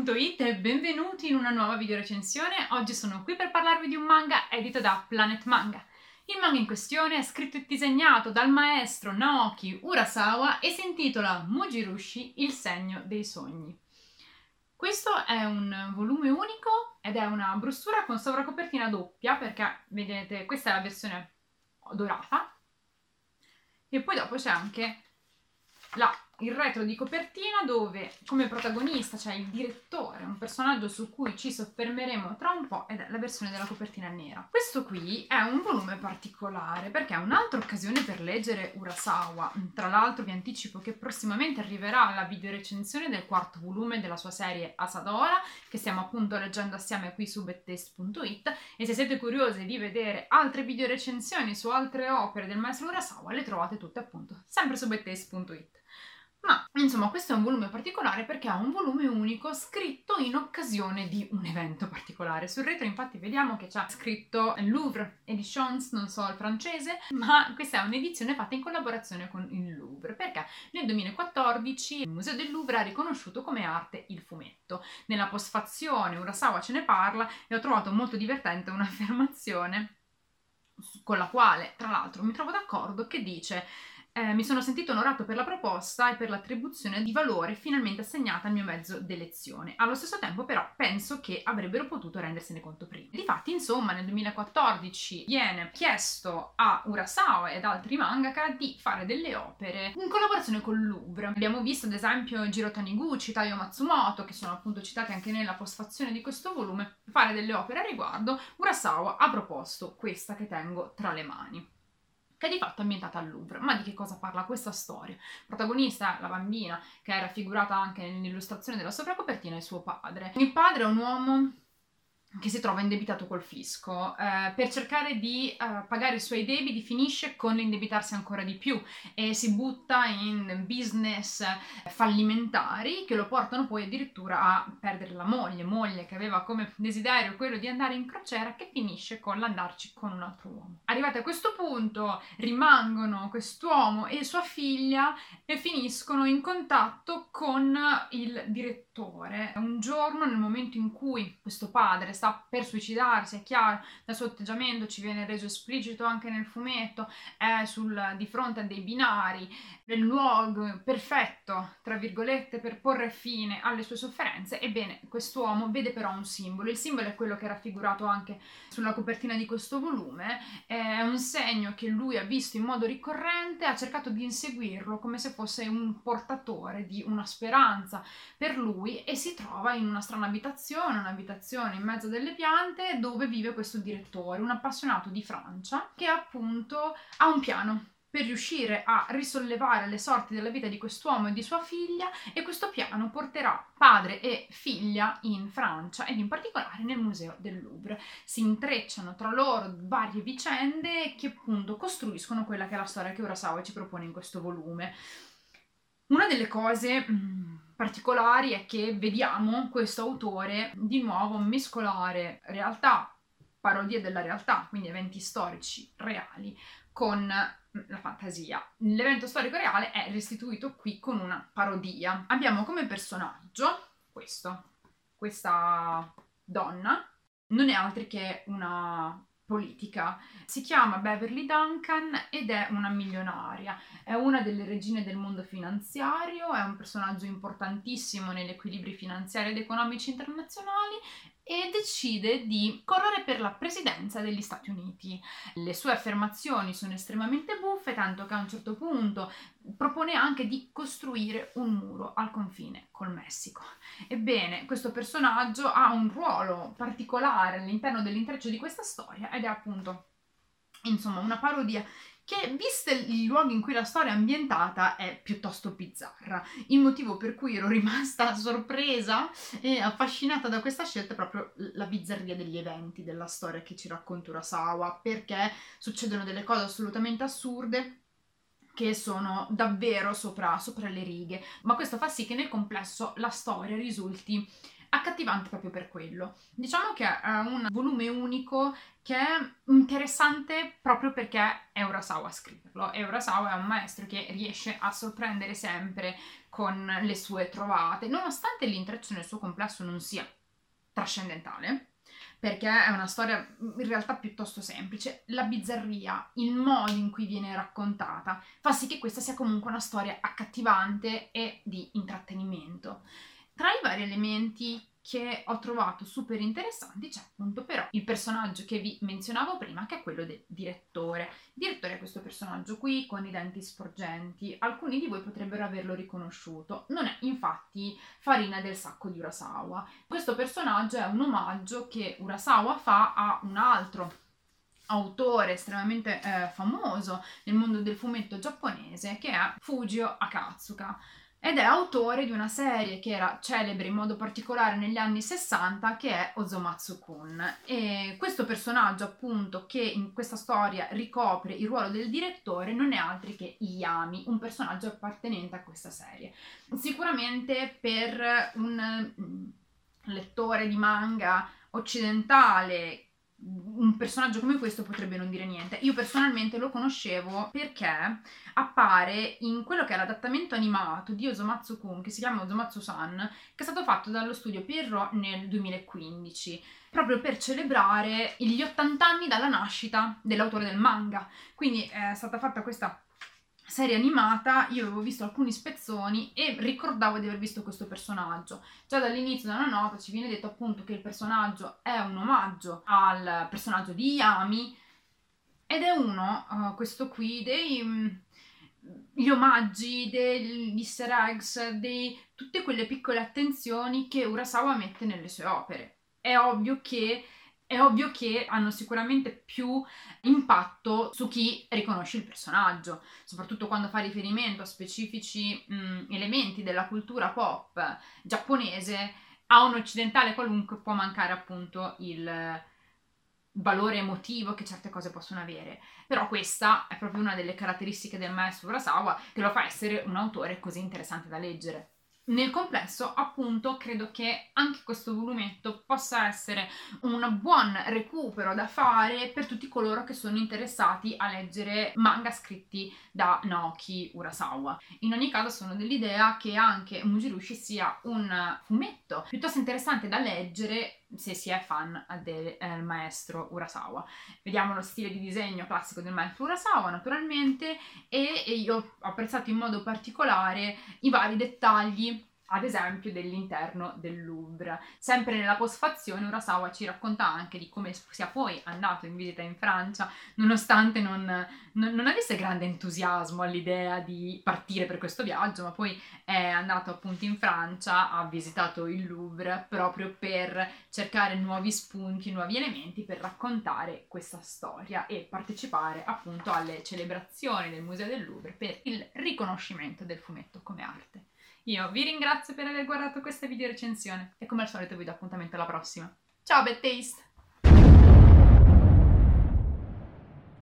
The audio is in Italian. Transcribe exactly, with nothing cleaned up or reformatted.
punto it e benvenuti in una nuova video recensione. Oggi sono qui per parlarvi di un manga edito da Planet Manga. Il manga in questione è scritto e disegnato dal maestro Naoki Urasawa e si intitola Mujirushi, il segno dei sogni. Questo è un volume unico ed è una brostura con sovracopertina doppia perché, vedete, questa è la versione dorata e poi dopo c'è anche la il retro di copertina dove come protagonista c'è il direttore, un personaggio su cui ci soffermeremo tra un po', ed è la versione della copertina nera. Questo qui è un volume particolare perché è un'altra occasione per leggere Urasawa. Tra l'altro vi anticipo che prossimamente arriverà la videorecensione del quarto volume della sua serie Asadora, che stiamo appunto leggendo assieme qui su bettaste punto it, e se siete curiosi di vedere altre videorecensioni su altre opere del maestro Urasawa le trovate tutte appunto sempre su bettaste punto it. Ma insomma questo è un volume particolare perché è un volume unico scritto in occasione di un evento particolare. Sul retro infatti vediamo che c'è scritto Louvre Editions, non so il francese, ma questa è un'edizione fatta in collaborazione con il Louvre perché nel duemilaquattordici il Museo del Louvre ha riconosciuto come arte il fumetto. Nella postfazione Urasawa ce ne parla e ho trovato molto divertente un'affermazione con la quale tra l'altro mi trovo d'accordo, che dice: Eh, mi sono sentito onorato per la proposta e per l'attribuzione di valore finalmente assegnata al mio mezzo d'elezione. Allo stesso tempo però penso che avrebbero potuto rendersene conto prima. Difatti insomma nel duemilaquattordici viene chiesto a Urasawa ed altri mangaka di fare delle opere in collaborazione con il Louvre. Abbiamo visto ad esempio Jiro Taniguchi, Taiyo Matsumoto, che sono appunto citati anche nella postfazione di questo volume, fare delle opere a riguardo. Urasawa ha proposto questa che tengo tra le mani, che è di fatto ambientata al Louvre. Ma di che cosa parla questa storia? Il protagonista è la bambina, che è raffigurata anche nell'illustrazione della sovracopertina, è suo padre. Il padre è un uomo che si trova indebitato col fisco. Eh, per cercare di eh, pagare i suoi debiti finisce con l'indebitarsi ancora di più e si butta in business fallimentari che lo portano poi addirittura a perdere la moglie, moglie che aveva come desiderio quello di andare in crociera, che finisce con l'andarci con un altro uomo. Arrivati a questo punto rimangono quest'uomo e sua figlia e finiscono in contatto con il direttore. Un giorno, nel momento in cui questo padre sta per suicidarsi, è chiaro, dal suo atteggiamento ci viene reso esplicito anche nel fumetto, è sul, di fronte a dei binari, nel luogo perfetto, tra virgolette, per porre fine alle sue sofferenze. Ebbene, quest'uomo vede però un simbolo. Il simbolo è quello che è raffigurato anche sulla copertina di questo volume, è un segno che lui ha visto in modo ricorrente, ha cercato di inseguirlo come se fosse un portatore di una speranza per lui, e si trova in una strana abitazione, un'abitazione in mezzo delle piante, dove vive questo direttore, un appassionato di Francia, che appunto ha un piano per riuscire a risollevare le sorti della vita di quest'uomo e di sua figlia, e questo piano porterà padre e figlia in Francia ed in particolare nel Museo del Louvre. Si intrecciano tra loro varie vicende che appunto costruiscono quella che è la storia che Urasawa ci propone in questo volume. Una delle cose mh, particolari è che vediamo questo autore di nuovo mescolare realtà, parodie della realtà, quindi eventi storici reali, con la fantasia. L'evento storico reale è restituito qui con una parodia. Abbiamo come personaggio questo, questa donna, non è altro che una politica. Si chiama Beverly Duncan ed è una milionaria, è una delle regine del mondo finanziario, è un personaggio importantissimo negli equilibri finanziari ed economici internazionali e decide di correre per la presidenza degli Stati Uniti. Le sue affermazioni sono estremamente buffe, tanto che a un certo punto propone anche di costruire un muro al confine col Messico. Ebbene, questo personaggio ha un ruolo particolare all'interno dell'intreccio di questa storia ed è appunto, insomma, una parodia che, viste i luoghi in cui la storia è ambientata, è piuttosto bizzarra. Il motivo per cui ero rimasta sorpresa e affascinata da questa scelta è proprio la bizzarria degli eventi della storia che ci racconta Urasawa, perché succedono delle cose assolutamente assurde che sono davvero sopra, sopra le righe, ma questo fa sì che nel complesso la storia risulti accattivante proprio per quello. Diciamo che è un volume unico che è interessante proprio perché è Urasawa a scriverlo, e Urasawa è un maestro che riesce a sorprendere sempre con le sue trovate, nonostante l'intreccio nel suo complesso non sia trascendentale, perché è una storia in realtà piuttosto semplice. La bizzarria, il modo in cui viene raccontata, fa sì che questa sia comunque una storia accattivante e di intrattenimento. Tra i vari elementi che ho trovato super interessanti c'è appunto però il personaggio che vi menzionavo prima, che è quello del direttore. Il direttore è questo personaggio qui con i denti sporgenti. Alcuni di voi potrebbero averlo riconosciuto. Non è infatti farina del sacco di Urasawa. Questo personaggio è un omaggio che Urasawa fa a un altro autore estremamente eh, famoso nel mondo del fumetto giapponese, che è Fujio Akatsuka, ed è autore di una serie che era celebre in modo particolare negli anni sessanta, che è Ozomatsu-kun. E questo personaggio, appunto, che in questa storia ricopre il ruolo del direttore, non è altro che Iyami, un personaggio appartenente a questa serie. Sicuramente per un lettore di manga occidentale un personaggio come questo potrebbe non dire niente. Io personalmente lo conoscevo perché appare in quello che è l'adattamento animato di Ozomatsu-kun, che si chiama Ozomatsu-san, che è stato fatto dallo studio Pierrot nel duemilaquindici, proprio per celebrare gli ottanta anni dalla nascita dell'autore del manga. Quindi è stata fatta questa serie animata, io avevo visto alcuni spezzoni e ricordavo di aver visto questo personaggio. Già dall'inizio della nota ci viene detto appunto che il personaggio è un omaggio al personaggio di Iyami, ed è uno, uh, questo qui, dei um, gli omaggi, degli easter eggs, di tutte quelle piccole attenzioni che Urasawa mette nelle sue opere. È ovvio che È ovvio che hanno sicuramente più impatto su chi riconosce il personaggio, soprattutto quando fa riferimento a specifici mh, elementi della cultura pop giapponese. A un occidentale qualunque può mancare appunto il valore emotivo che certe cose possono avere, però questa è proprio una delle caratteristiche del maestro Urasawa che lo fa essere un autore così interessante da leggere. Nel complesso, appunto, credo che anche questo volumetto possa essere un buon recupero da fare per tutti coloro che sono interessati a leggere manga scritti da Naoki Urasawa. In ogni caso sono dell'idea che anche Mujirushi sia un fumetto piuttosto interessante da leggere se si è fan del eh, maestro Urasawa. Vediamo lo stile di disegno classico del maestro Urasawa, naturalmente, e, e io ho apprezzato in modo particolare i vari dettagli, ad esempio dell'interno del Louvre. Sempre nella postfazione Urasawa ci racconta anche di come sia poi andato in visita in Francia, nonostante non, non, non avesse grande entusiasmo all'idea di partire per questo viaggio, ma poi è andato appunto in Francia, ha visitato il Louvre proprio per cercare nuovi spunti, nuovi elementi per raccontare questa storia e partecipare appunto alle celebrazioni del Museo del Louvre per il riconoscimento del fumetto come arte. Io vi ringrazio per aver guardato questa video recensione e come al solito vi do appuntamento alla prossima. Ciao, bad taste!